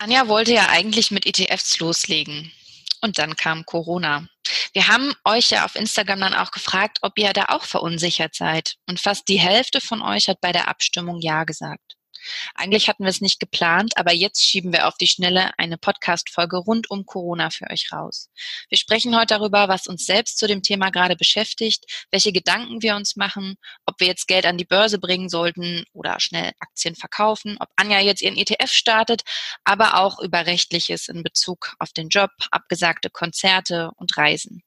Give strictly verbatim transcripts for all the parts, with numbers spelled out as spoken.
Anja wollte ja eigentlich mit E T Fs loslegen. Und dann kam Corona. Wir haben euch ja auf Instagram dann auch gefragt, ob ihr da auch verunsichert seid. Und fast die Hälfte von euch hat bei der Abstimmung Ja gesagt. Eigentlich hatten wir es nicht geplant, aber jetzt schieben wir auf die Schnelle eine Podcast-Folge rund um Corona für euch raus. Wir sprechen heute darüber, was uns selbst zu dem Thema gerade beschäftigt, welche Gedanken wir uns machen, ob wir jetzt Geld an die Börse bringen sollten oder schnell Aktien verkaufen, ob Anja jetzt ihren E T F startet, aber auch über Rechtliches in Bezug auf den Job, abgesagte Konzerte und Reisen.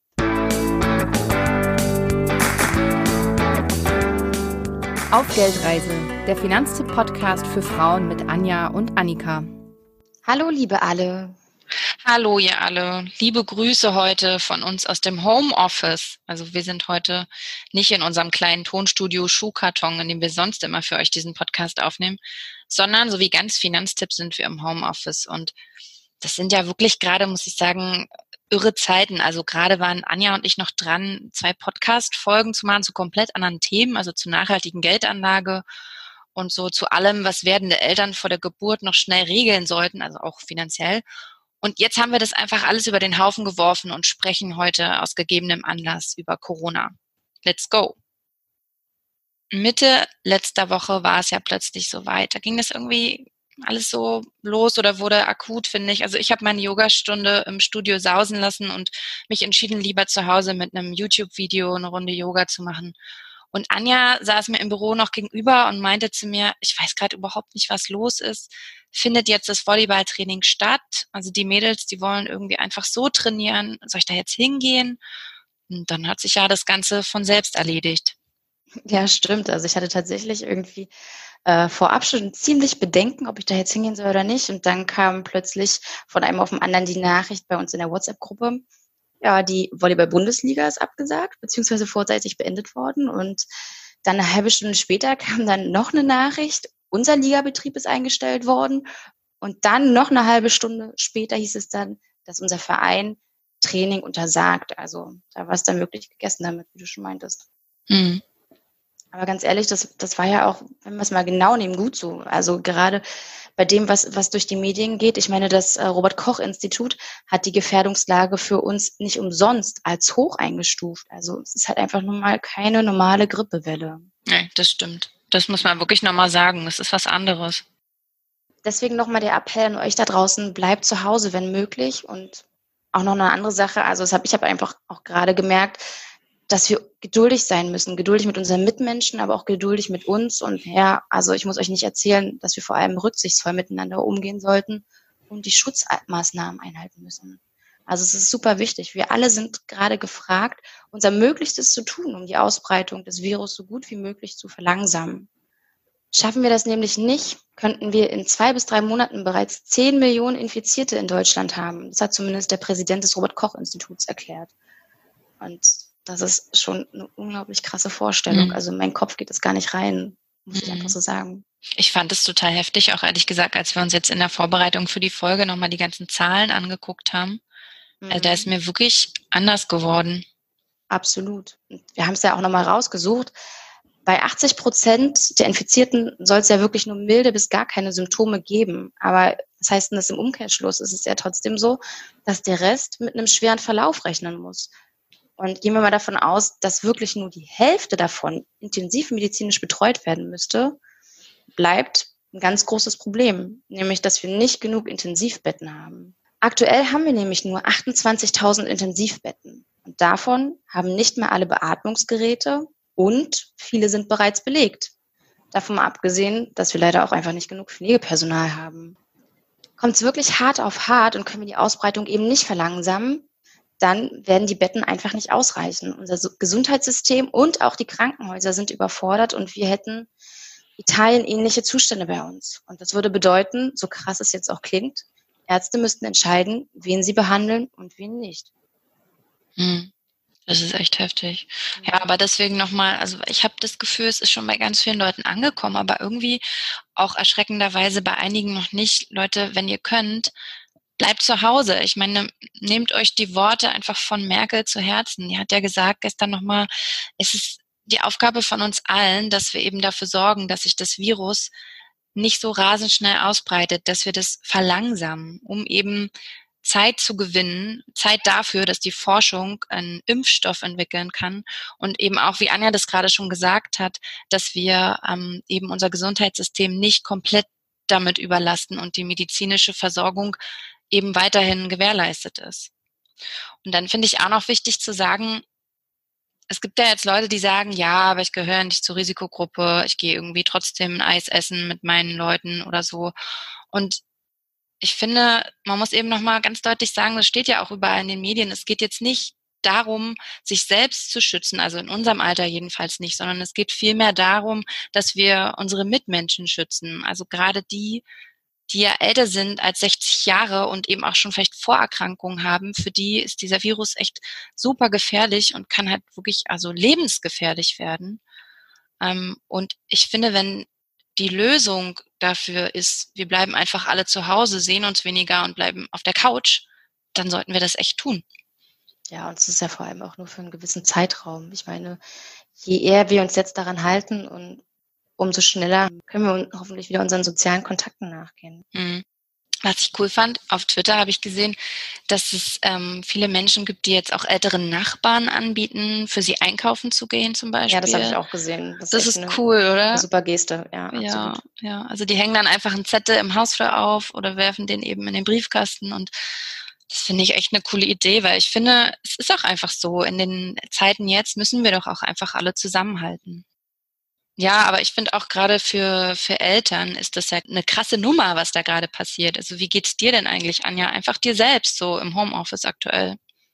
Auf Geldreise, der Finanztipp-Podcast für Frauen mit Anja und Annika. Hallo, liebe alle. Hallo, ihr alle. Liebe Grüße heute von uns aus dem Homeoffice. Also wir sind heute nicht in unserem kleinen Tonstudio Schuhkarton, in dem wir sonst immer für euch diesen Podcast aufnehmen, sondern so wie ganz Finanztipps sind wir im Homeoffice. Und das sind ja wirklich gerade, muss ich sagen, irre Zeiten. Also gerade waren Anja und ich noch dran, zwei Podcast-Folgen zu machen zu komplett anderen Themen, also zur nachhaltigen Geldanlage und so zu allem, was werdende Eltern vor der Geburt noch schnell regeln sollten, also auch finanziell. Und jetzt haben wir das einfach alles über den Haufen geworfen und sprechen heute aus gegebenem Anlass über Corona. Let's go! Mitte letzter Woche war es ja plötzlich soweit. Da ging das irgendwie alles so los oder wurde akut, finde ich. Also ich habe meine Yogastunde im Studio sausen lassen und mich entschieden, lieber zu Hause mit einem YouTube-Video eine Runde Yoga zu machen. Und Anja saß mir im Büro noch gegenüber und meinte zu mir, ich weiß gerade überhaupt nicht, was los ist. Findet jetzt das Volleyballtraining statt? Also die Mädels, die wollen irgendwie einfach so trainieren. Soll ich da jetzt hingehen? Und dann hat sich ja das Ganze von selbst erledigt. Ja, stimmt. Also ich hatte tatsächlich irgendwie äh, vorab schon ziemlich Bedenken, ob ich da jetzt hingehen soll oder nicht. Und dann kam plötzlich von einem auf den anderen die Nachricht bei uns in der WhatsApp-Gruppe, ja, die Volleyball-Bundesliga ist abgesagt, beziehungsweise vorzeitig beendet worden. Und dann eine halbe Stunde später kam dann noch eine Nachricht, unser Ligabetrieb ist eingestellt worden. Und dann noch eine halbe Stunde später hieß es dann, dass unser Verein Training untersagt. Also da war es dann wirklich gegessen damit, wie du schon meintest. Mhm. Aber ganz ehrlich, das, das war ja auch, wenn wir es mal genau nehmen, gut so. Also gerade bei dem, was, was durch die Medien geht, ich meine, das äh, Robert-Koch-Institut hat die Gefährdungslage für uns nicht umsonst als hoch eingestuft. Also es ist halt einfach nun mal keine normale Grippewelle. Nee, das stimmt. Das muss man wirklich nochmal sagen. Das ist was anderes. Deswegen nochmal der Appell an euch da draußen, bleibt zu Hause, wenn möglich. Und auch noch eine andere Sache, also das hab, ich habe einfach auch gerade gemerkt, dass wir geduldig sein müssen, geduldig mit unseren Mitmenschen, aber auch geduldig mit uns. Und ja, also ich muss euch nicht erzählen, dass wir vor allem rücksichtsvoll miteinander umgehen sollten und die Schutzmaßnahmen einhalten müssen. Also es ist super wichtig. Wir alle sind gerade gefragt, unser Möglichstes zu tun, um die Ausbreitung des Virus so gut wie möglich zu verlangsamen. Schaffen wir das nämlich nicht, könnten wir in zwei bis drei Monaten bereits zehn Millionen Infizierte in Deutschland haben. Das hat zumindest der Präsident des Robert-Koch-Instituts erklärt. Und das ist schon eine unglaublich krasse Vorstellung. Mhm. Also in meinen Kopf geht es gar nicht rein, muss mhm. ich einfach so sagen. Ich fand es total heftig, auch ehrlich gesagt, als wir uns jetzt in der Vorbereitung für die Folge nochmal die ganzen Zahlen angeguckt haben. Mhm. Also da ist mir wirklich anders geworden. Absolut. Wir haben es ja auch nochmal rausgesucht. Bei achtzig Prozent der Infizierten soll es ja wirklich nur milde bis gar keine Symptome geben. Aber was heißt denn das im Umkehrschluss? Es ist ja trotzdem so, dass der Rest mit einem schweren Verlauf rechnen muss. Und gehen wir mal davon aus, dass wirklich nur die Hälfte davon intensiv medizinisch betreut werden müsste, bleibt ein ganz großes Problem, nämlich dass wir nicht genug Intensivbetten haben. Aktuell haben wir nämlich nur achtundzwanzigtausend Intensivbetten und davon haben nicht mehr alle Beatmungsgeräte und viele sind bereits belegt. Davon mal abgesehen, dass wir leider auch einfach nicht genug Pflegepersonal haben. Kommt es wirklich hart auf hart und können wir die Ausbreitung eben nicht verlangsamen, dann werden die Betten einfach nicht ausreichen. Unser Gesundheitssystem und auch die Krankenhäuser sind überfordert und wir hätten Italien-ähnliche Zustände bei uns. Und das würde bedeuten, so krass es jetzt auch klingt, Ärzte müssten entscheiden, wen sie behandeln und wen nicht. Hm. Das ist echt heftig. Ja, aber deswegen nochmal, also ich habe das Gefühl, es ist schon bei ganz vielen Leuten angekommen, aber irgendwie auch erschreckenderweise bei einigen noch nicht. Leute, wenn ihr könnt, bleibt zu Hause. Ich meine, nehmt euch die Worte einfach von Merkel zu Herzen. Die hat ja gesagt gestern nochmal, es ist die Aufgabe von uns allen, dass wir eben dafür sorgen, dass sich das Virus nicht so rasend schnell ausbreitet, dass wir das verlangsamen, um eben Zeit zu gewinnen, Zeit dafür, dass die Forschung einen Impfstoff entwickeln kann und eben auch, wie Anja das gerade schon gesagt hat, dass wir ähm, eben unser Gesundheitssystem nicht komplett damit überlasten und die medizinische Versorgung eben weiterhin gewährleistet ist. Und dann finde ich auch noch wichtig zu sagen, es gibt ja jetzt Leute, die sagen, ja, aber ich gehöre nicht zur Risikogruppe, ich gehe irgendwie trotzdem ein Eis essen mit meinen Leuten oder so. Und ich finde, man muss eben nochmal ganz deutlich sagen, das steht ja auch überall in den Medien, es geht jetzt nicht darum, sich selbst zu schützen, also in unserem Alter jedenfalls nicht, sondern es geht vielmehr darum, dass wir unsere Mitmenschen schützen. Also gerade die, die ja älter sind als sechzig Jahre und eben auch schon vielleicht Vorerkrankungen haben, für die ist dieser Virus echt super gefährlich und kann halt wirklich also lebensgefährlich werden. Ähm, und ich finde, wenn die Lösung dafür ist, wir bleiben einfach alle zu Hause, sehen uns weniger und bleiben auf der Couch, dann sollten wir das echt tun. Ja, und es ist ja vor allem auch nur für einen gewissen Zeitraum. Ich meine, je eher wir uns jetzt daran halten und umso schneller können wir hoffentlich wieder unseren sozialen Kontakten nachgehen. Mhm. Was ich cool fand, auf Twitter habe ich gesehen, dass es ähm, viele Menschen gibt, die jetzt auch älteren Nachbarn anbieten, für sie einkaufen zu gehen zum Beispiel. Ja, das habe ich auch gesehen. Das, das ist, ist cool, oder? Eine super Geste, ja, absolut. Ja, ja, also die hängen dann einfach einen Zettel im Hausflur auf oder werfen den eben in den Briefkasten und das finde ich echt eine coole Idee, weil ich finde, es ist auch einfach so, in den Zeiten jetzt müssen wir doch auch einfach alle zusammenhalten. Ja, aber ich finde auch gerade für, für Eltern ist das ja eine krasse Nummer, was da gerade passiert. Also wie geht's dir denn eigentlich, Anja? Einfach dir selbst so im Homeoffice aktuell?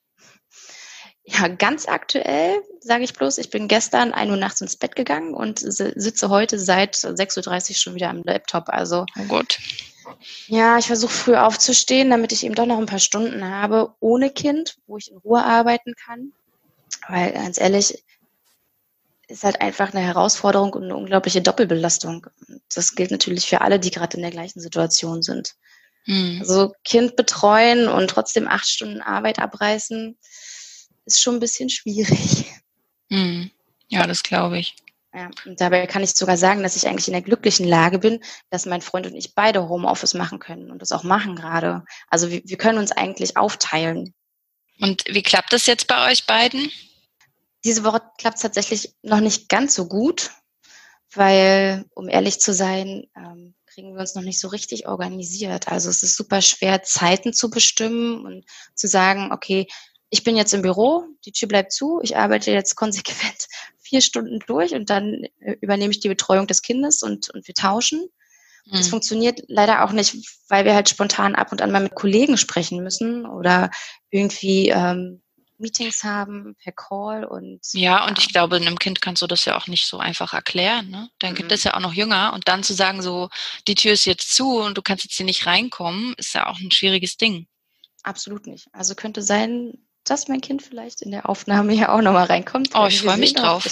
Ja, ganz aktuell sage ich bloß, ich bin gestern ein Uhr nachts ins Bett gegangen und sitze heute seit sechs Uhr dreißig schon wieder am Laptop. Also oh Gott. Ja, ich versuche früh aufzustehen, damit ich eben doch noch ein paar Stunden habe ohne Kind, wo ich in Ruhe arbeiten kann. Weil ganz ehrlich, ist halt einfach eine Herausforderung und eine unglaubliche Doppelbelastung. Das gilt natürlich für alle, die gerade in der gleichen Situation sind. Hm. Also Kind betreuen und trotzdem acht Stunden Arbeit abreißen, ist schon ein bisschen schwierig. Hm. Ja, das glaube ich. Ja, und dabei kann ich sogar sagen, dass ich eigentlich in der glücklichen Lage bin, dass mein Freund und ich beide Homeoffice machen können und das auch machen gerade. Also wir, wir können uns eigentlich aufteilen. Und wie klappt das jetzt bei euch beiden? Diese Woche klappt es tatsächlich noch nicht ganz so gut, weil, um ehrlich zu sein, ähm, kriegen wir uns noch nicht so richtig organisiert. Also es ist super schwer, Zeiten zu bestimmen und zu sagen, okay, ich bin jetzt im Büro, die Tür bleibt zu, ich arbeite jetzt konsequent vier Stunden durch und dann übernehme ich die Betreuung des Kindes und, und wir tauschen. Mhm. Das funktioniert leider auch nicht, weil wir halt spontan ab und an mal mit Kollegen sprechen müssen oder irgendwie ähm, Meetings haben per Call und ja, und ja. Ich glaube, einem Kind kannst du das ja auch nicht so einfach erklären, ne? Dein mhm. Kind ist ja auch noch jünger und dann zu sagen, so, die Tür ist jetzt zu und du kannst jetzt hier nicht reinkommen, ist ja auch ein schwieriges Ding. Absolut nicht. Also könnte sein, dass mein Kind vielleicht in der Aufnahme ja auch nochmal reinkommt. Oh, ich freue mich drauf.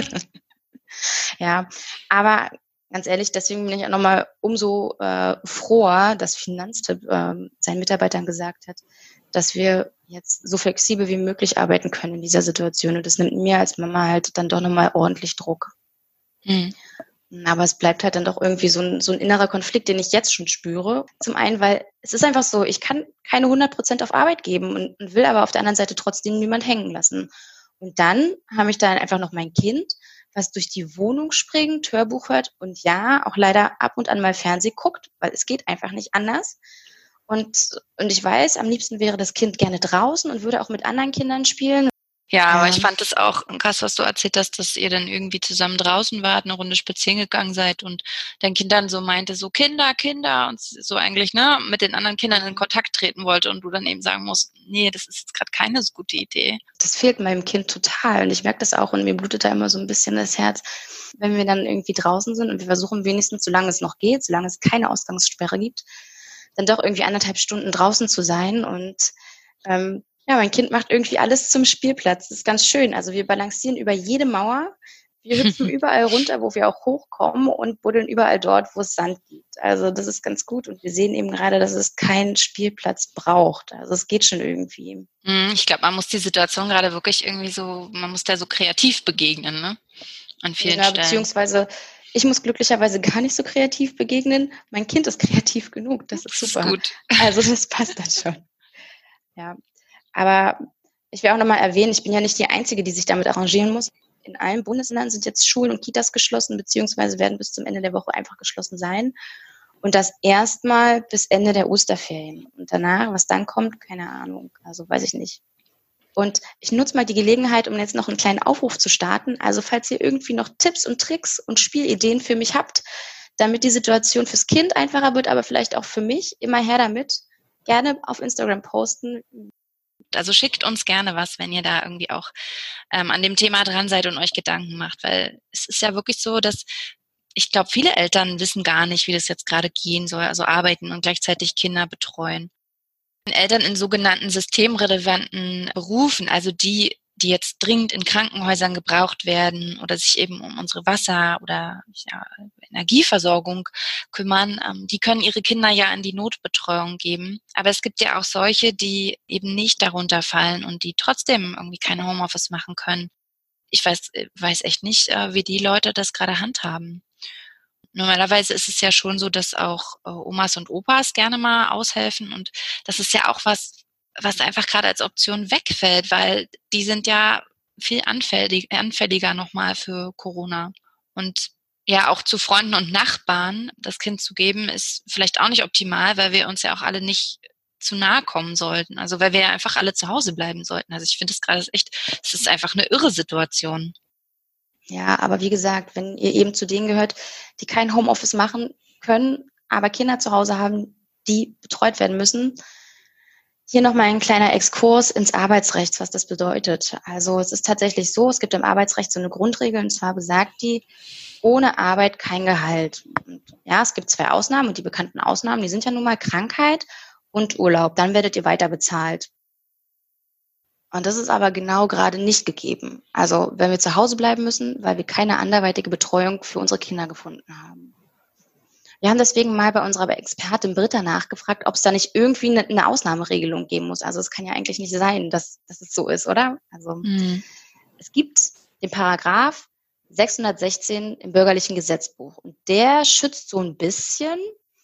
Ja, aber ganz ehrlich, deswegen bin ich auch nochmal umso äh, froher, dass Finanztipp äh, seinen Mitarbeitern gesagt hat, dass wir jetzt so flexibel wie möglich arbeiten können in dieser Situation. Und das nimmt mir als Mama halt dann doch nochmal ordentlich Druck. Hm. Aber es bleibt halt dann doch irgendwie so ein, so ein innerer Konflikt, den ich jetzt schon spüre. Zum einen, weil es ist einfach so, ich kann keine hundert Prozent auf Arbeit geben und, und will aber auf der anderen Seite trotzdem niemand hängen lassen. Und dann habe ich da einfach noch mein Kind, was durch die Wohnung springt, Hörbuch hört und ja, auch leider ab und an mal Fernsehen guckt, weil es geht einfach nicht anders. Und, und ich weiß, am liebsten wäre das Kind gerne draußen und würde auch mit anderen Kindern spielen. Ja, aber ähm, ich fand es auch krass, was du erzählt hast, dass ihr dann irgendwie zusammen draußen wart, eine Runde spazieren gegangen seid und dein Kind dann so meinte, so Kinder, Kinder und so eigentlich, ne, mit den anderen Kindern in Kontakt treten wollte und du dann eben sagen musst, nee, das ist jetzt gerade keine so gute Idee. Das fehlt meinem Kind total und ich merke das auch und mir blutet da immer so ein bisschen das Herz, wenn wir dann irgendwie draußen sind und wir versuchen wenigstens, solange es noch geht, solange es keine Ausgangssperre gibt, dann doch irgendwie anderthalb Stunden draußen zu sein und ähm, ja, mein Kind macht irgendwie alles zum Spielplatz. Das ist ganz schön. Also wir balancieren über jede Mauer. Wir hüpfen überall runter, wo wir auch hochkommen und buddeln überall dort, wo es Sand gibt. Also das ist ganz gut. Und wir sehen eben gerade, dass es keinen Spielplatz braucht. Also es geht schon irgendwie. Ich glaube, man muss die Situation gerade wirklich irgendwie so, man muss da so kreativ begegnen, ne? An vielen ja, Stellen. Beziehungsweise Ich muss glücklicherweise gar nicht so kreativ begegnen. Mein Kind ist kreativ genug. Das ist super. Das ist gut. Also das passt dann schon. Ja, aber ich will auch nochmal erwähnen, ich bin ja nicht die Einzige, die sich damit arrangieren muss. In allen Bundesländern sind jetzt Schulen und Kitas geschlossen, beziehungsweise werden bis zum Ende der Woche einfach geschlossen sein. Und das erstmal bis Ende der Osterferien. Und danach, was dann kommt, keine Ahnung. Also weiß ich nicht. Und ich nutze mal die Gelegenheit, um jetzt noch einen kleinen Aufruf zu starten. Also falls ihr irgendwie noch Tipps und Tricks und Spielideen für mich habt, damit die Situation fürs Kind einfacher wird, aber vielleicht auch für mich, immer her damit. Gerne auf Instagram posten. Also schickt uns gerne was, wenn ihr da irgendwie auch ähm, an dem Thema dran seid und euch Gedanken macht. Weil es ist ja wirklich so, dass ich glaube, viele Eltern wissen gar nicht, wie das jetzt gerade gehen soll. Also arbeiten und gleichzeitig Kinder betreuen. Eltern in sogenannten systemrelevanten Berufen, also die, die jetzt dringend in Krankenhäusern gebraucht werden oder sich eben um unsere Wasser- oder ja, Energieversorgung kümmern, ähm, die können ihre Kinder ja in die Notbetreuung geben. Aber es gibt ja auch solche, die eben nicht darunter fallen und die trotzdem irgendwie kein Homeoffice machen können. Ich weiß, weiß echt nicht, äh, wie die Leute das gerade handhaben. Normalerweise ist es ja schon so, dass auch äh, Omas und Opas gerne mal aushelfen und das ist ja auch was, was einfach gerade als Option wegfällt, weil die sind ja viel anfällig, anfälliger nochmal für Corona. Und ja, auch zu Freunden und Nachbarn das Kind zu geben, ist vielleicht auch nicht optimal, weil wir uns ja auch alle nicht zu nahe kommen sollten. Also weil wir ja einfach alle zu Hause bleiben sollten. Also ich finde es gerade echt, es ist einfach eine irre Situation. Ja, aber wie gesagt, wenn ihr eben zu denen gehört, die kein Homeoffice machen können, aber Kinder zu Hause haben, die betreut werden müssen, hier nochmal ein kleiner Exkurs ins Arbeitsrecht, was das bedeutet. Also es ist tatsächlich so, es gibt im Arbeitsrecht so eine Grundregel, und zwar besagt die, ohne Arbeit kein Gehalt. Und ja, es gibt zwei Ausnahmen und die bekannten Ausnahmen, die sind ja nun mal Krankheit und Urlaub. Dann werdet ihr weiter bezahlt. Und das ist aber genau gerade nicht gegeben. Also wenn wir zu Hause bleiben müssen, weil wir keine anderweitige Betreuung für unsere Kinder gefunden haben. Wir haben deswegen mal bei unserer Expertin Britta nachgefragt, ob es da nicht irgendwie eine, eine Ausnahmeregelung geben muss. Also es kann ja eigentlich nicht sein, dass, dass es so ist, oder? Also mhm. Es gibt den Paragraph sechshundertsechzehn im Bürgerlichen Gesetzbuch und der schützt so ein bisschen.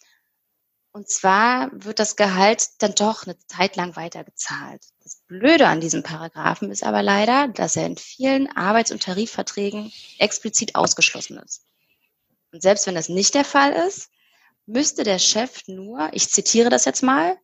Und zwar wird das Gehalt dann doch eine Zeit lang weitergezahlt. Das Blöde an diesem Paragraphen ist aber leider, dass er in vielen Arbeits- und Tarifverträgen explizit ausgeschlossen ist. Und selbst wenn das nicht der Fall ist, müsste der Chef nur, ich zitiere das jetzt mal,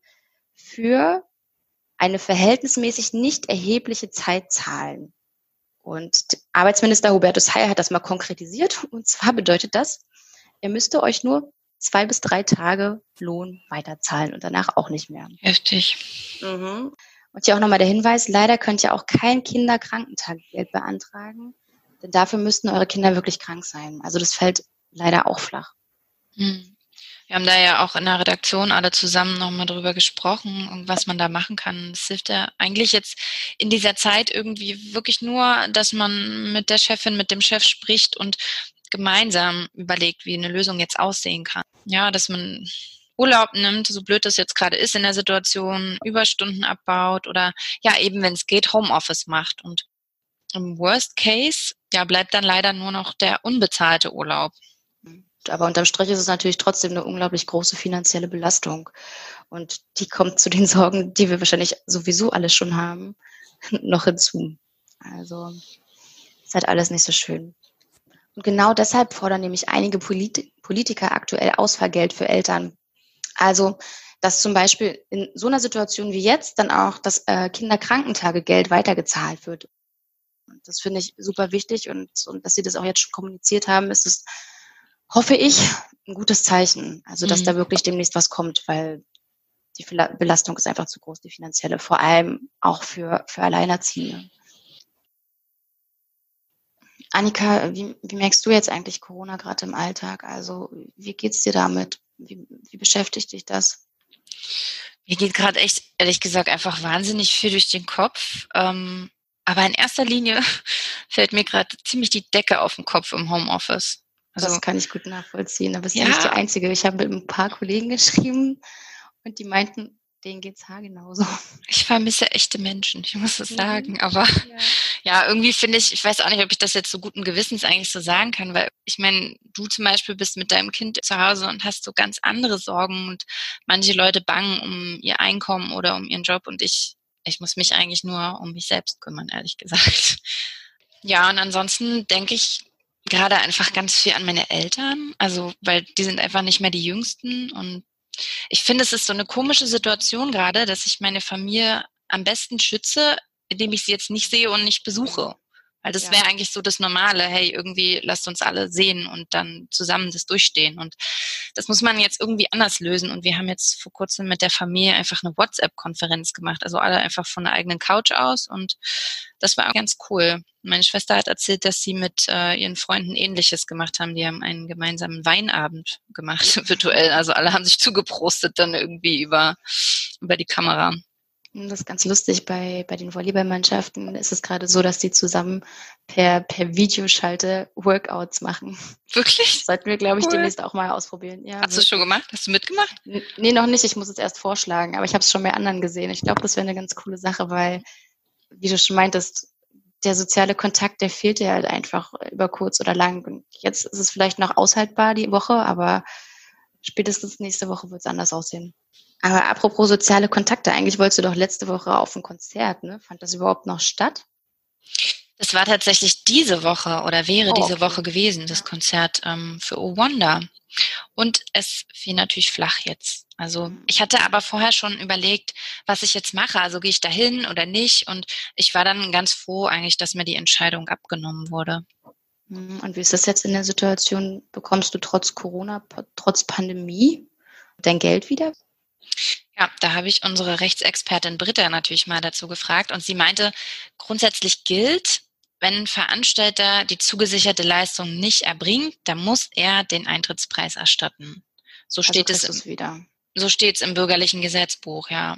für eine verhältnismäßig nicht erhebliche Zeit zahlen. Und Arbeitsminister Hubertus Heil hat das mal konkretisiert. Und zwar bedeutet das, er müsste euch nur zwei bis drei Tage Lohn weiterzahlen und danach auch nicht mehr. Heftig. Mhm. Und hier auch nochmal der Hinweis, leider könnt ihr auch kein Kinderkrankentaggeld beantragen, denn dafür müssten eure Kinder wirklich krank sein. Also das fällt leider auch flach. Hm. Wir haben da ja auch in der Redaktion alle zusammen nochmal drüber gesprochen, was man da machen kann. Es hilft ja eigentlich jetzt in dieser Zeit irgendwie wirklich nur, dass man mit der Chefin, mit dem Chef spricht und gemeinsam überlegt, wie eine Lösung jetzt aussehen kann. Ja, dass man Urlaub nimmt, so blöd das jetzt gerade ist in der Situation, Überstunden abbaut oder ja eben, wenn es geht, Homeoffice macht. Und im Worst Case, ja, bleibt dann leider nur noch der unbezahlte Urlaub. Aber unterm Strich ist es natürlich trotzdem eine unglaublich große finanzielle Belastung. Und die kommt zu den Sorgen, die wir wahrscheinlich sowieso alles schon haben, noch hinzu. Also ist halt alles nicht so schön. Und genau deshalb fordern nämlich einige Polit- Politiker aktuell Ausfallgeld für Eltern. Also, dass zum Beispiel in so einer Situation wie jetzt dann auch das äh, Kinderkrankentagegeld weitergezahlt wird. Und das finde ich super wichtig und, und dass sie das auch jetzt schon kommuniziert haben, ist es, hoffe ich, ein gutes Zeichen. Also, dass mhm. da wirklich demnächst was kommt, weil die Belastung ist einfach zu groß, die finanzielle, vor allem auch für, für Alleinerziehende. Annika, wie, wie merkst du jetzt eigentlich Corona gerade im Alltag? Also wie geht's dir damit? Wie, wie beschäftigt dich das? Mir geht gerade echt, ehrlich gesagt, einfach wahnsinnig viel durch den Kopf. Ähm, aber in erster Linie fällt mir gerade ziemlich die Decke auf den Kopf im Homeoffice. Also, das kann ich gut nachvollziehen. Da bist du ja nicht die Einzige. Ich habe mit ein paar Kollegen geschrieben und die meinten, denen geht's haargenauso. Ich vermisse echte Menschen, ich muss es Mhm. sagen. Aber Ja. ja, irgendwie finde ich, ich weiß auch nicht, ob ich das jetzt so guten Gewissens eigentlich so sagen kann, weil ich meine, du zum Beispiel bist mit deinem Kind zu Hause und hast so ganz andere Sorgen und manche Leute bangen um ihr Einkommen oder um ihren Job und ich, ich muss mich eigentlich nur um mich selbst kümmern, ehrlich gesagt. Ja, und ansonsten denke ich gerade einfach ganz viel an meine Eltern, also weil die sind einfach nicht mehr die Jüngsten und ich finde, es ist so eine komische Situation gerade, dass ich meine Familie am besten schütze, indem ich sie jetzt nicht sehe und nicht besuche. Weil das Ja. wäre eigentlich so das Normale. Hey, irgendwie lasst uns alle sehen und dann zusammen das durchstehen. Und das muss man jetzt irgendwie anders lösen. Und wir haben jetzt vor kurzem mit der Familie einfach eine WhatsApp-Konferenz gemacht. Also alle einfach von der eigenen Couch aus. Und das war ganz cool. Meine Schwester hat erzählt, dass sie mit äh, ihren Freunden Ähnliches gemacht haben. Die haben einen gemeinsamen Weinabend gemacht, virtuell. Also alle haben sich zugeprostet dann irgendwie über, über die Kamera. Das ist ganz lustig. Bei, bei den Volleyballmannschaften ist es gerade so, dass die zusammen per, per Videoschalte Workouts machen. Wirklich? Das sollten wir, glaube ich, Cool. demnächst auch mal ausprobieren. Ja, Hast du es schon gemacht? Hast du mitgemacht? N- Nee, noch nicht. Ich muss es erst vorschlagen. Aber ich habe es schon bei anderen gesehen. Ich glaube, das wäre eine ganz coole Sache, weil, wie du schon meintest, der soziale Kontakt, der fehlt dir halt einfach über kurz oder lang. Und jetzt ist es vielleicht noch aushaltbar die Woche, aber spätestens nächste Woche wird es anders aussehen. Aber apropos soziale Kontakte, eigentlich wolltest du doch letzte Woche auf ein Konzert, ne? Fand das überhaupt noch statt? Das war tatsächlich diese Woche oder wäre Oh, diese okay. Woche gewesen, das Ja. Konzert ähm, für Oh Wonder. Und es fiel natürlich flach jetzt. Also Mhm. ich hatte aber vorher schon überlegt, was ich jetzt mache. Also gehe ich da hin oder nicht? Und ich war dann ganz froh eigentlich, dass mir die Entscheidung abgenommen wurde. Mhm. Und wie ist das jetzt in der Situation? Bekommst du trotz Corona, po- trotz Pandemie dein Geld wieder? Ja, da habe ich unsere Rechtsexpertin Britta natürlich mal dazu gefragt und sie meinte, grundsätzlich gilt, wenn ein Veranstalter die zugesicherte Leistung nicht erbringt, dann muss er den Eintrittspreis erstatten. So Also steht es kriegst du im, es wieder. so steht es im bürgerlichen Gesetzbuch, ja.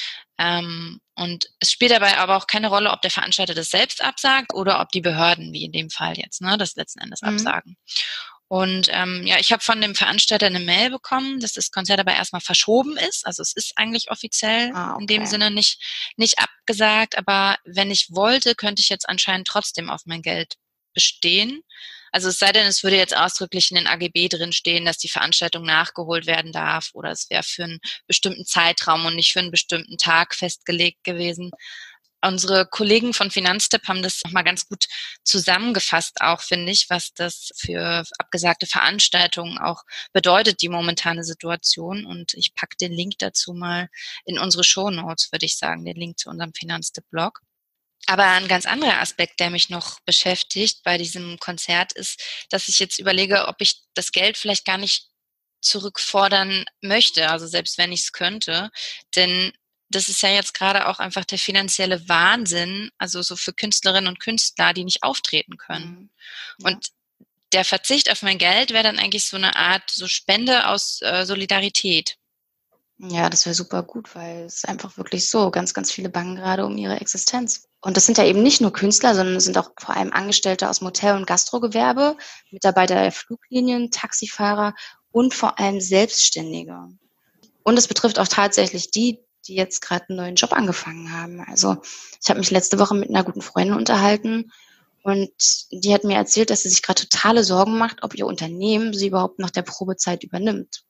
Ähm, und es spielt dabei aber auch keine Rolle, ob der Veranstalter das selbst absagt oder ob die Behörden, wie in dem Fall jetzt, ne, das letzten Endes Mhm. absagen. Und ähm, ja, ich habe von dem Veranstalter eine Mail bekommen, dass das Konzert aber erstmal verschoben ist. Also es ist eigentlich offiziell Ah, in dem okay. Sinne nicht, nicht abgesagt, aber wenn ich wollte, könnte ich jetzt anscheinend trotzdem auf mein Geld bestehen. Also es sei denn, es würde jetzt ausdrücklich in den A G B drin stehen, dass die Veranstaltung nachgeholt werden darf oder es wäre für einen bestimmten Zeitraum und nicht für einen bestimmten Tag festgelegt gewesen. Unsere Kollegen von Finanztipp haben das nochmal ganz gut zusammengefasst, auch finde ich, was das für abgesagte Veranstaltungen auch bedeutet, die momentane Situation. Und ich packe den Link dazu mal in unsere Shownotes, würde ich sagen, den Link zu unserem Finanztipp-Blog. Aber ein ganz anderer Aspekt, der mich noch beschäftigt bei diesem Konzert, ist, dass ich jetzt überlege, ob ich das Geld vielleicht gar nicht zurückfordern möchte, also selbst wenn ich es könnte. Denn das ist ja jetzt gerade auch einfach der finanzielle Wahnsinn, also so für Künstlerinnen und Künstler, die nicht auftreten können. Mhm. Ja. Und der Verzicht auf mein Geld wäre dann eigentlich so eine Art so Spende aus äh, Solidarität. Ja, das wäre super gut, weil es ist einfach wirklich so, ganz, ganz viele bangen gerade um ihre Existenz. Und das sind ja eben nicht nur Künstler, sondern es sind auch vor allem Angestellte aus Motel- und Gastrogewerbe, Mitarbeiter der Fluglinien, Taxifahrer und vor allem Selbstständige. Und es betrifft auch tatsächlich die, die jetzt gerade einen neuen Job angefangen haben. Also ich habe mich letzte Woche mit einer guten Freundin unterhalten und die hat mir erzählt, dass sie sich gerade totale Sorgen macht, ob ihr Unternehmen sie überhaupt nach der Probezeit übernimmt.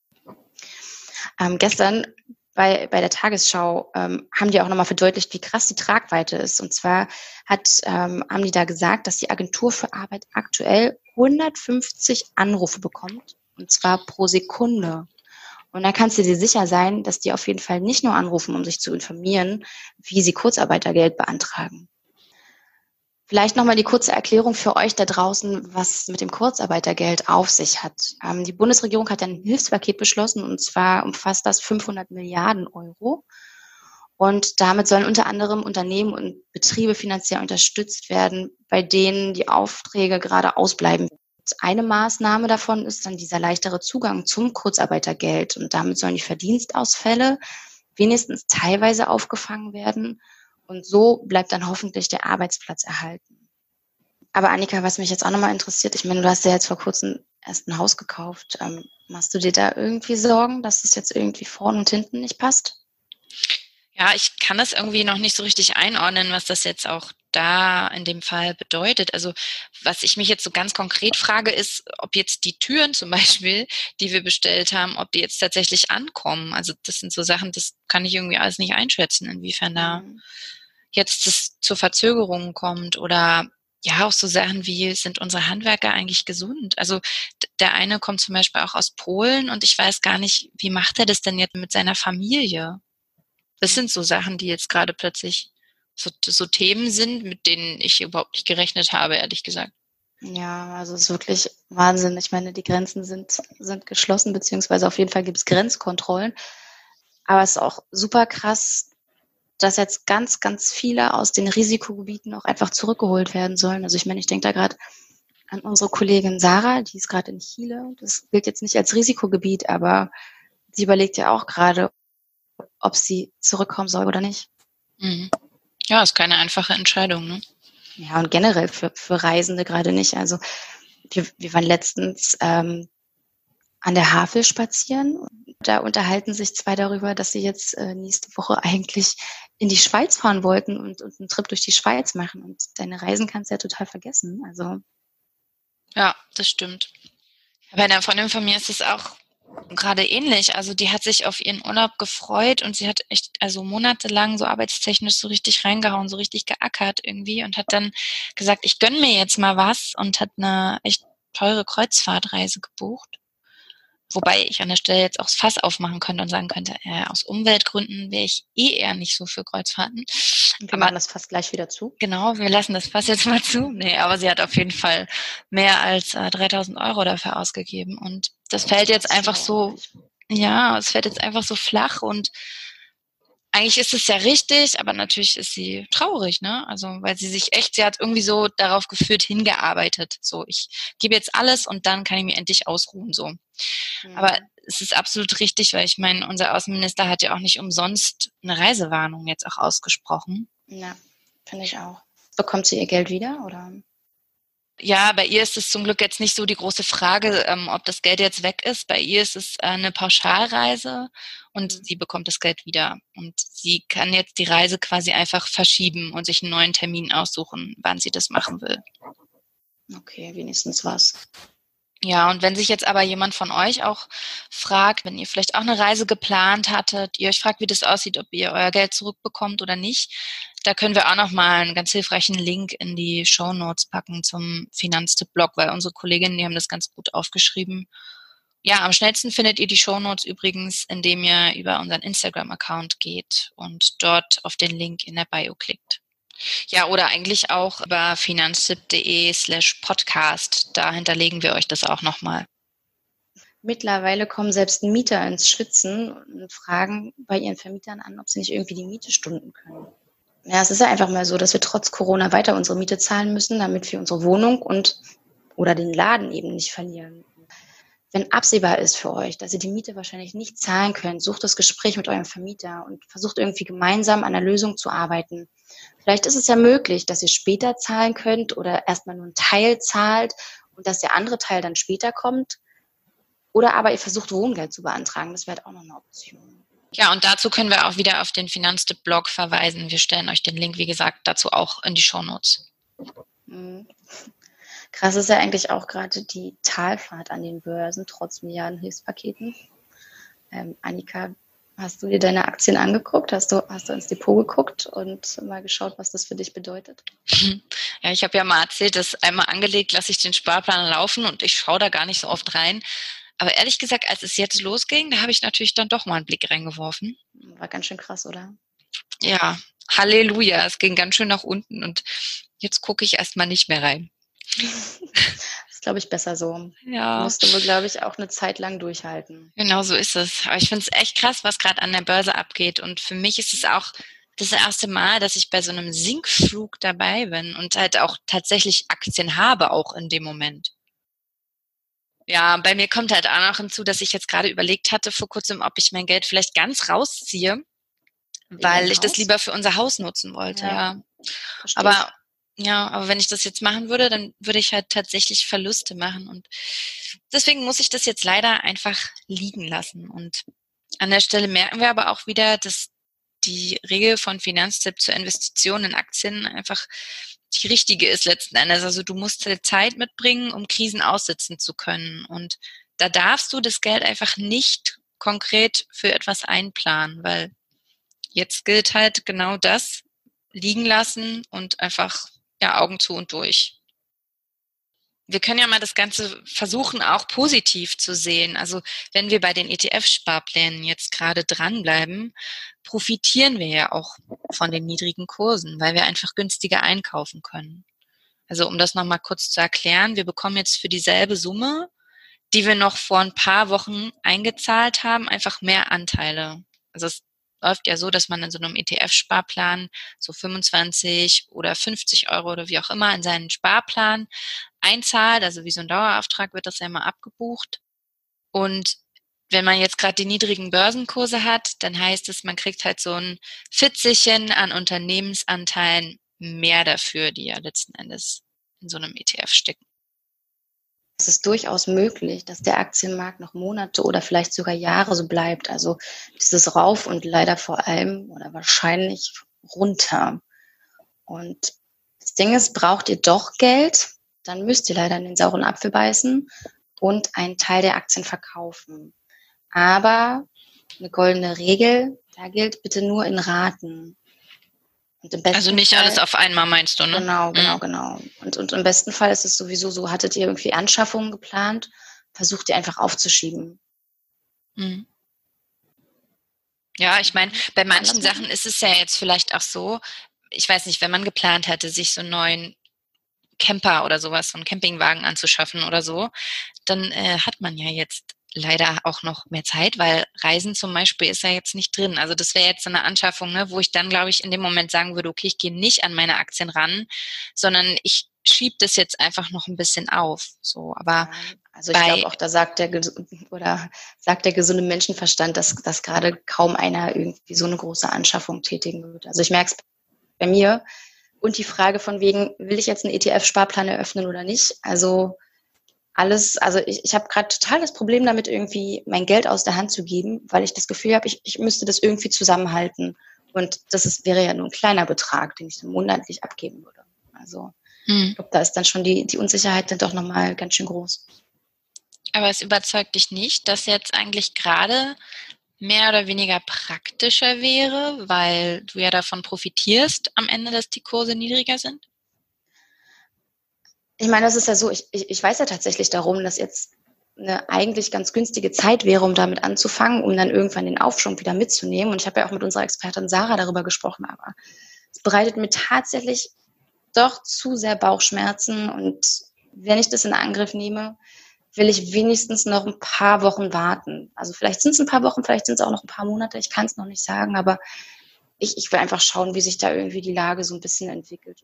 Ähm, gestern bei, bei der Tagesschau ähm, haben die auch nochmal verdeutlicht, wie krass die Tragweite ist. Und zwar hat, ähm, haben die da gesagt, dass die Agentur für Arbeit aktuell hundertfünfzig Anrufe bekommt, und zwar pro Sekunde. Und da kannst du dir sicher sein, dass die auf jeden Fall nicht nur anrufen, um sich zu informieren, wie sie Kurzarbeitergeld beantragen. Vielleicht nochmal die kurze Erklärung für euch da draußen, was mit dem Kurzarbeitergeld auf sich hat. Ähm, die Bundesregierung hat ein Hilfspaket beschlossen, und zwar umfasst das fünfhundert Milliarden Euro. Und damit sollen unter anderem Unternehmen und Betriebe finanziell unterstützt werden, bei denen die Aufträge gerade ausbleiben. Eine Maßnahme davon ist dann dieser leichtere Zugang zum Kurzarbeitergeld. Und damit sollen die Verdienstausfälle wenigstens teilweise aufgefangen werden. Und so bleibt dann hoffentlich der Arbeitsplatz erhalten. Aber Annika, was mich jetzt auch nochmal interessiert, ich meine, du hast ja jetzt vor kurzem erst ein Haus gekauft. Ähm, machst du dir da irgendwie Sorgen, dass es jetzt irgendwie vorne und hinten nicht passt? Ja, ich kann das irgendwie noch nicht so richtig einordnen, was das jetzt auch da in dem Fall bedeutet. Also was ich mich jetzt so ganz konkret frage, ist, ob jetzt die Türen zum Beispiel, die wir bestellt haben, ob die jetzt tatsächlich ankommen. Also das sind so Sachen, das kann ich irgendwie alles nicht einschätzen, inwiefern da Mhm. jetzt das zur Verzögerung kommt oder ja, auch so Sachen wie, sind unsere Handwerker eigentlich gesund? Also d- der eine kommt zum Beispiel auch aus Polen und ich weiß gar nicht, wie macht er das denn jetzt mit seiner Familie? Das sind so Sachen, die jetzt gerade plötzlich so, so Themen sind, mit denen ich überhaupt nicht gerechnet habe, ehrlich gesagt. Ja, also es ist wirklich Wahnsinn. Ich meine, die Grenzen sind, sind geschlossen, beziehungsweise auf jeden Fall gibt es Grenzkontrollen. Aber es ist auch super krass, dass jetzt ganz, ganz viele aus den Risikogebieten auch einfach zurückgeholt werden sollen. Also ich meine, ich denke da gerade an unsere Kollegin Sarah, die ist gerade in Chile. Das gilt jetzt nicht als Risikogebiet, aber sie überlegt ja auch gerade, ob sie zurückkommen soll oder nicht. Mhm. Ja, ist keine einfache Entscheidung, ne? Ja, und generell für, für Reisende gerade nicht. Also wir, wir waren letztens ähm, an der Havel spazieren. Da unterhalten sich zwei darüber, dass sie jetzt äh, nächste Woche eigentlich in die Schweiz fahren wollten und, und einen Trip durch die Schweiz machen. Und deine Reisen kannst du ja total vergessen. Also Ja, das stimmt. Bei einer Freundin von mir ist es auch gerade ähnlich. Also die hat sich auf ihren Urlaub gefreut und sie hat echt also monatelang so arbeitstechnisch so richtig reingehauen, so richtig geackert irgendwie und hat dann gesagt, ich gönn mir jetzt mal was und hat eine echt teure Kreuzfahrtreise gebucht. Wobei ich an der Stelle jetzt auch das Fass aufmachen könnte und sagen könnte, äh, aus Umweltgründen wäre ich eh eher nicht so für Kreuzfahrten. wir Aber machen das fast gleich wieder zu. genau, wir lassen das Fass jetzt mal zu. Nee, aber sie hat auf jeden Fall mehr als äh, dreitausend Euro dafür ausgegeben. Und das fällt jetzt Das ist einfach schon so, ordentlich. ja, es fällt jetzt einfach so flach und eigentlich ist es ja richtig, aber natürlich ist sie traurig, ne? Also, weil sie sich echt, sie hat irgendwie so darauf geführt, hingearbeitet. So, ich gebe jetzt alles und dann kann ich mich endlich ausruhen, so. Aber Mhm. es ist absolut richtig, weil ich meine, unser Außenminister hat ja auch nicht umsonst eine Reisewarnung jetzt auch ausgesprochen. Ja, finde ich auch. Bekommt sie ihr Geld wieder, oder? Ja, bei ihr ist es zum Glück jetzt nicht so die große Frage, ähm, ob das Geld jetzt weg ist. Bei ihr ist es äh, eine Pauschalreise und Mhm. sie bekommt das Geld wieder. Und sie kann jetzt die Reise quasi einfach verschieben und sich einen neuen Termin aussuchen, wann sie das machen will. Okay, wenigstens was. Ja, und wenn sich jetzt aber jemand von euch auch fragt, wenn ihr vielleicht auch eine Reise geplant hattet, ihr euch fragt, wie das aussieht, ob ihr euer Geld zurückbekommt oder nicht, da können wir auch noch mal einen ganz hilfreichen Link in die Shownotes packen zum Finanztipp-Blog, weil unsere Kolleginnen, die haben das ganz gut aufgeschrieben. Ja, am schnellsten findet ihr die Shownotes übrigens, indem ihr über unseren Instagram-Account geht und dort auf den Link in der Bio klickt. Ja, oder eigentlich auch über finanztipp.de slash podcast. Da hinterlegen wir euch das auch nochmal. Mittlerweile kommen selbst Mieter ins Schwitzen und fragen bei ihren Vermietern an, ob sie nicht irgendwie die Miete stunden können. Ja, es ist ja einfach mal so, dass wir trotz Corona weiter unsere Miete zahlen müssen, damit wir unsere Wohnung und oder den Laden eben nicht verlieren. Wenn absehbar ist für euch, dass ihr die Miete wahrscheinlich nicht zahlen könnt, sucht das Gespräch mit eurem Vermieter und versucht irgendwie gemeinsam an einer Lösung zu arbeiten. Vielleicht ist es ja möglich, dass ihr später zahlen könnt oder erstmal nur einen Teil zahlt und dass der andere Teil dann später kommt. Oder aber ihr versucht Wohngeld zu beantragen. Das wäre halt auch noch eine Option. Ja, und dazu können wir auch wieder auf den Finanztipp-Blog verweisen. Wir stellen euch den Link, wie gesagt, dazu auch in die Shownotes. Mhm. Krass ist ja eigentlich auch gerade die Talfahrt an den Börsen, trotz Milliardenhilfspaketen. Ähm, Annika, hast du dir deine Aktien angeguckt? Hast du, hast du ins Depot geguckt und mal geschaut, was das für dich bedeutet? Ja, ich habe ja mal erzählt, dass einmal angelegt, lasse ich den Sparplan laufen und ich schaue da gar nicht so oft rein. Aber ehrlich gesagt, als es jetzt losging, da habe ich natürlich dann doch mal einen Blick reingeworfen. War ganz schön krass, oder? Ja, Halleluja, es ging ganz schön nach unten und jetzt gucke ich erstmal nicht mehr rein. Das ist, glaube ich, besser so. Ja, Musst du wohl, glaube ich, auch eine Zeit lang durchhalten. genau so ist es. Aber ich finde es echt krass, was gerade an der Börse abgeht. Und für mich ist es auch das erste Mal, dass ich bei so einem Sinkflug dabei bin und halt auch tatsächlich Aktien habe, auch in dem Moment. Ja, bei mir kommt halt auch noch hinzu, dass ich jetzt gerade überlegt hatte vor kurzem, ob ich mein Geld vielleicht ganz rausziehe, Wegen weil dem ich das Haus? lieber für unser Haus nutzen wollte, Ja, ja. verstehe ich. Aber ja, aber wenn ich das jetzt machen würde, dann würde ich halt tatsächlich Verluste machen und deswegen muss ich das jetzt leider einfach liegen lassen. Und an der Stelle merken wir aber auch wieder, dass die Regel von Finanztipp zur Investition in Aktien einfach die richtige ist letzten Endes. Also du musst halt Zeit mitbringen, um Krisen aussitzen zu können. Und da darfst du das Geld einfach nicht konkret für etwas einplanen, weil jetzt gilt halt genau das, liegen lassen und einfach ja Augen zu und durch. Wir können ja mal das Ganze versuchen, auch positiv zu sehen. Also wenn wir bei den E T F-Sparplänen jetzt gerade dranbleiben, profitieren wir ja auch von den niedrigen Kursen, weil wir einfach günstiger einkaufen können. Also um das nochmal kurz zu erklären, wir bekommen jetzt für dieselbe Summe, die wir noch vor ein paar Wochen eingezahlt haben, einfach mehr Anteile. Also es läuft ja so, dass man in so einem E T F-Sparplan so fünfundzwanzig oder fünfzig Euro oder wie auch immer in seinen Sparplan einzahlt, also wie so ein Dauerauftrag wird das ja immer abgebucht. Und wenn man jetzt gerade die niedrigen Börsenkurse hat, dann heißt es, man kriegt halt so ein Fitzelchen an Unternehmensanteilen mehr dafür, die ja letzten Endes in so einem E T F stecken. Es ist durchaus möglich, dass der Aktienmarkt noch Monate oder vielleicht sogar Jahre so bleibt. Also dieses Rauf und leider vor allem oder wahrscheinlich runter. Und das Ding ist, braucht ihr doch Geld, dann müsst ihr leider in den sauren Apfel beißen und einen Teil der Aktien verkaufen. Aber eine goldene Regel, da gilt bitte nur in Raten. Und im besten also nicht Fall, alles auf einmal, meinst du, ne? Genau, genau, mhm. genau. Und, und im besten Fall ist es sowieso so, hattet ihr irgendwie Anschaffungen geplant, versucht ihr einfach aufzuschieben. Mhm. Ja, ich meine, bei manchen Sachen ist es ja jetzt vielleicht auch so, ich weiß nicht, wenn man geplant hatte, sich so einen neuen Camper oder sowas, so einen Campingwagen anzuschaffen oder so, dann äh, hat man ja jetzt leider auch noch mehr Zeit, weil Reisen zum Beispiel ist ja jetzt nicht drin. Also das wäre jetzt so eine Anschaffung, ne, wo ich dann, glaube ich, in dem Moment sagen würde, okay, ich gehe nicht an meine Aktien ran, sondern ich schiebe das jetzt einfach noch ein bisschen auf. So, aber ja, also ich glaube auch, da sagt der oder sagt der gesunde Menschenverstand, dass, dass gerade kaum einer irgendwie so eine große Anschaffung tätigen wird. Also ich merke es bei mir. Und die Frage von wegen, will ich jetzt einen E T F-Sparplan eröffnen oder nicht? Also alles, also ich, ich habe gerade total das Problem damit, irgendwie mein Geld aus der Hand zu geben, weil ich das Gefühl habe, ich, ich müsste das irgendwie zusammenhalten. Und das ist, wäre ja nur ein kleiner Betrag, den ich so monatlich abgeben würde. Also hm. ich glaube, da ist dann schon die, die Unsicherheit dann doch nochmal ganz schön groß. Aber es überzeugt dich nicht, dass jetzt eigentlich gerade mehr oder weniger praktischer wäre, weil du ja davon profitierst am Ende, dass die Kurse niedriger sind? Ich meine, das ist ja so, ich, ich, ich weiß ja tatsächlich darum, dass jetzt eine eigentlich ganz günstige Zeit wäre, um damit anzufangen, um dann irgendwann den Aufschwung wieder mitzunehmen. Und ich habe ja auch mit unserer Expertin Sarah darüber gesprochen, aber es bereitet mir tatsächlich doch zu sehr Bauchschmerzen. Und wenn ich das in Angriff nehme, will ich wenigstens noch ein paar Wochen warten. Also vielleicht sind es ein paar Wochen, vielleicht sind es auch noch ein paar Monate, ich kann es noch nicht sagen, aber ich, ich will einfach schauen, wie sich da irgendwie die Lage so ein bisschen entwickelt.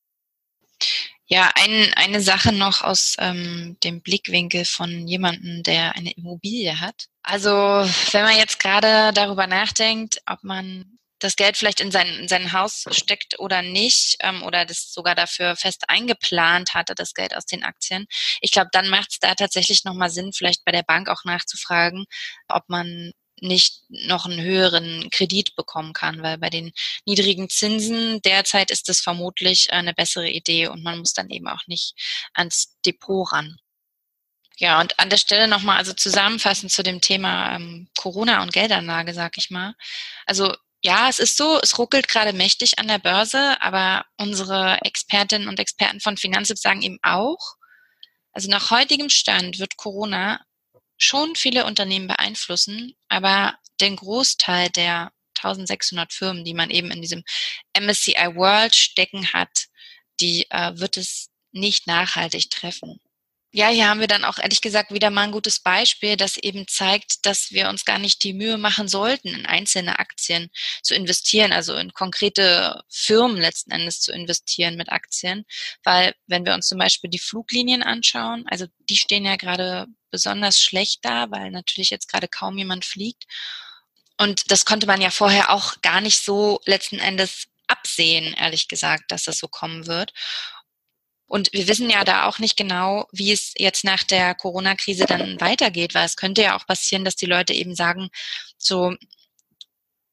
Ja, ein, eine Sache noch aus ähm, dem Blickwinkel von jemandem, der eine Immobilie hat. Also wenn man jetzt gerade darüber nachdenkt, ob man das Geld vielleicht in sein, in sein Haus steckt oder nicht, ähm, oder das sogar dafür fest eingeplant hatte, das Geld aus den Aktien. Ich glaube, dann macht es da tatsächlich nochmal Sinn, vielleicht bei der Bank auch nachzufragen, ob man nicht noch einen höheren Kredit bekommen kann, weil bei den niedrigen Zinsen derzeit ist das vermutlich eine bessere Idee und man muss dann eben auch nicht ans Depot ran. Ja, und an der Stelle nochmal, also zusammenfassend zu dem Thema ähm, Corona und Geldanlage, sag ich mal. Also ja, es ist so, es ruckelt gerade mächtig an der Börse, aber unsere Expertinnen und Experten von Finanztipp sagen eben auch, also nach heutigem Stand wird Corona schon viele Unternehmen beeinflussen, aber den Großteil der eintausendsechshundert Firmen, die man eben in diesem M S C I World stecken hat, die äh, wird es nicht nachhaltig treffen. Ja, hier haben wir dann auch ehrlich gesagt wieder mal ein gutes Beispiel, das eben zeigt, dass wir uns gar nicht die Mühe machen sollten, in einzelne Aktien zu investieren, also in konkrete Firmen letzten Endes zu investieren mit Aktien. Weil wenn wir uns zum Beispiel die Fluglinien anschauen, also die stehen ja gerade besonders schlecht da, weil natürlich jetzt gerade kaum jemand fliegt. Und das konnte man ja vorher auch gar nicht so letzten Endes absehen, ehrlich gesagt, dass das so kommen wird. Und wir wissen ja da auch nicht genau, wie es jetzt nach der Corona-Krise dann weitergeht, weil es könnte ja auch passieren, dass die Leute eben sagen, so,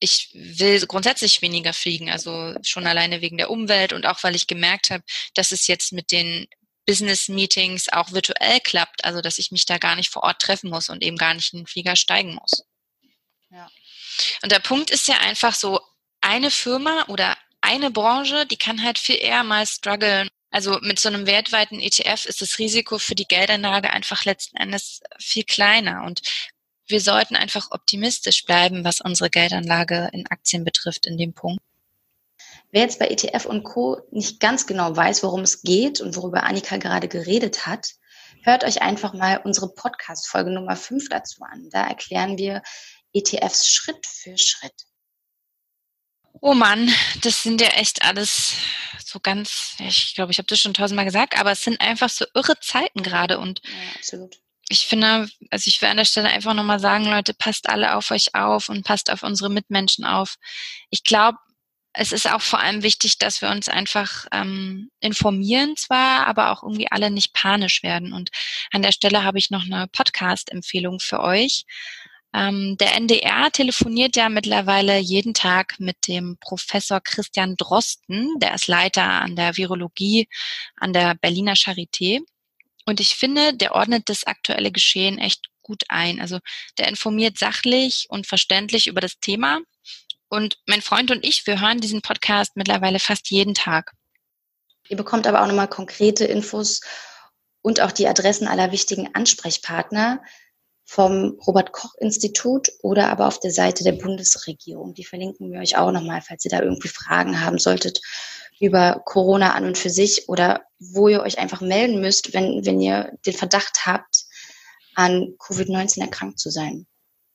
ich will grundsätzlich weniger fliegen, also schon alleine wegen der Umwelt und auch, weil ich gemerkt habe, dass es jetzt mit den Business-Meetings auch virtuell klappt, also dass ich mich da gar nicht vor Ort treffen muss und eben gar nicht in den Flieger steigen muss. Ja. Und der Punkt ist ja einfach so, eine Firma oder eine Branche, die kann halt viel eher mal strugglen. Also mit so einem weltweiten E T F ist das Risiko für die Geldanlage einfach letzten Endes viel kleiner. Und wir sollten einfach optimistisch bleiben, was unsere Geldanlage in Aktien betrifft in dem Punkt. Wer jetzt bei E T F und Co. nicht ganz genau weiß, worum es geht und worüber Annika gerade geredet hat, hört euch einfach mal unsere Podcast-Folge Nummer fünf dazu an. Da erklären wir E T Fs Schritt für Schritt. Oh Mann, das sind ja echt alles so ganz, ich glaube, ich habe das schon tausendmal gesagt, aber es sind einfach so irre Zeiten gerade und Ja, absolut. Ich finde, also ich will an der Stelle einfach nochmal sagen, Leute, passt alle auf euch auf und passt auf unsere Mitmenschen auf. Ich glaube, es ist auch vor allem wichtig, dass wir uns einfach ähm, informieren zwar, aber auch irgendwie alle nicht panisch werden. Und an der Stelle habe ich noch eine Podcast-Empfehlung für euch. Ähm, der N D R telefoniert ja mittlerweile jeden Tag mit dem Professor Christian Drosten, der ist Leiter an der Virologie an der Berliner Charité. Und ich finde, der ordnet das aktuelle Geschehen echt gut ein. Also der informiert sachlich und verständlich über das Thema. Und mein Freund und ich, wir hören diesen Podcast mittlerweile fast jeden Tag. Ihr bekommt aber auch nochmal konkrete Infos und auch die Adressen aller wichtigen Ansprechpartner vom Robert-Koch-Institut oder aber auf der Seite der Bundesregierung. Die verlinken wir euch auch nochmal, falls ihr da irgendwie Fragen haben solltet über Corona an und für sich oder wo ihr euch einfach melden müsst, wenn, wenn ihr den Verdacht habt, an Covid neunzehn erkrankt zu sein.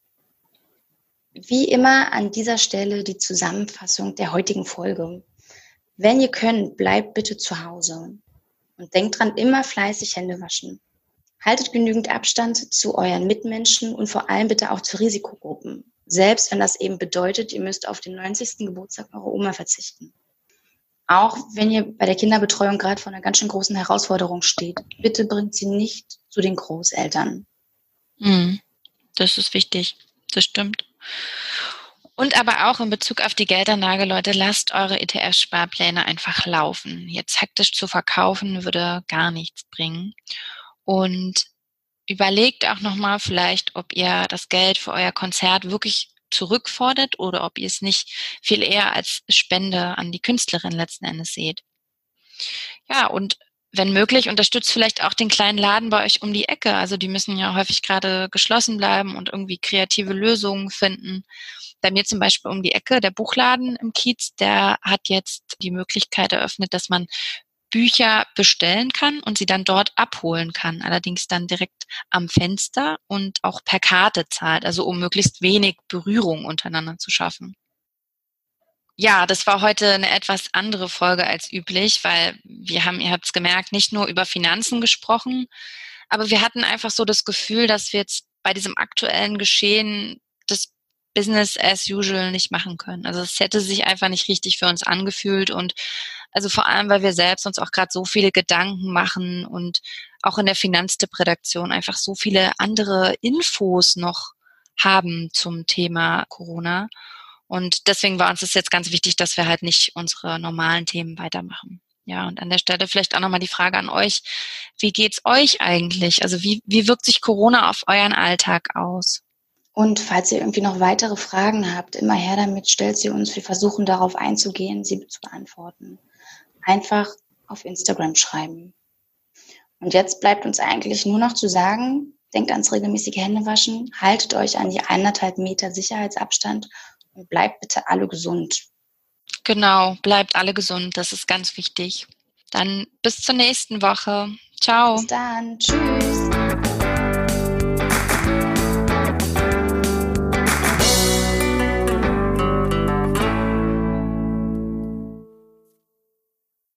Wie immer an dieser Stelle die Zusammenfassung der heutigen Folge. Wenn ihr könnt, bleibt bitte zu Hause und denkt dran, immer fleißig Hände waschen. Haltet genügend Abstand zu euren Mitmenschen und vor allem bitte auch zu Risikogruppen. Selbst wenn das eben bedeutet, ihr müsst auf den neunzigsten Geburtstag eurer Oma verzichten. Auch wenn ihr bei der Kinderbetreuung gerade vor einer ganz schön großen Herausforderung steht, bitte bringt sie nicht zu den Großeltern. Hm, das ist wichtig, das stimmt. Und aber auch in Bezug auf die Geldanlage, Leute, lasst eure E T F-Sparpläne einfach laufen. Jetzt hektisch zu verkaufen, würde gar nichts bringen. Und überlegt auch nochmal vielleicht, ob ihr das Geld für euer Konzert wirklich zurückfordert oder ob ihr es nicht viel eher als Spende an die Künstlerin letzten Endes seht. Ja, und wenn möglich, unterstützt vielleicht auch den kleinen Laden bei euch um die Ecke. Also die müssen ja häufig gerade geschlossen bleiben und irgendwie kreative Lösungen finden. Bei mir zum Beispiel um die Ecke, der Buchladen im Kiez, der hat jetzt die Möglichkeit eröffnet, dass man Bücher bestellen kann und sie dann dort abholen kann. Allerdings dann direkt am Fenster und auch per Karte zahlt, also um möglichst wenig Berührung untereinander zu schaffen. Ja, das war heute eine etwas andere Folge als üblich, weil wir haben, ihr habt es gemerkt, nicht nur über Finanzen gesprochen, aber wir hatten einfach so das Gefühl, dass wir jetzt bei diesem aktuellen Geschehen das Business as usual nicht machen können. Also es hätte sich einfach nicht richtig für uns angefühlt und also vor allem, weil wir selbst uns auch gerade so viele Gedanken machen und auch in der Finanztipp-Redaktion einfach so viele andere Infos noch haben zum Thema Corona. Und deswegen war uns das jetzt ganz wichtig, dass wir halt nicht unsere normalen Themen weitermachen. Ja, und an der Stelle vielleicht auch nochmal die Frage an euch. Wie geht's euch eigentlich? Also wie, wie wirkt sich Corona auf euren Alltag aus? Und falls ihr irgendwie noch weitere Fragen habt, immer her damit, stellt sie uns. Wir versuchen darauf einzugehen, sie zu beantworten. Einfach auf Instagram schreiben. Und jetzt bleibt uns eigentlich nur noch zu sagen, denkt ans regelmäßige Händewaschen, haltet euch an die eineinhalb Meter Sicherheitsabstand und bleibt bitte alle gesund. Genau, bleibt alle gesund, das ist ganz wichtig. Dann bis zur nächsten Woche. Ciao. Bis dann. Tschüss.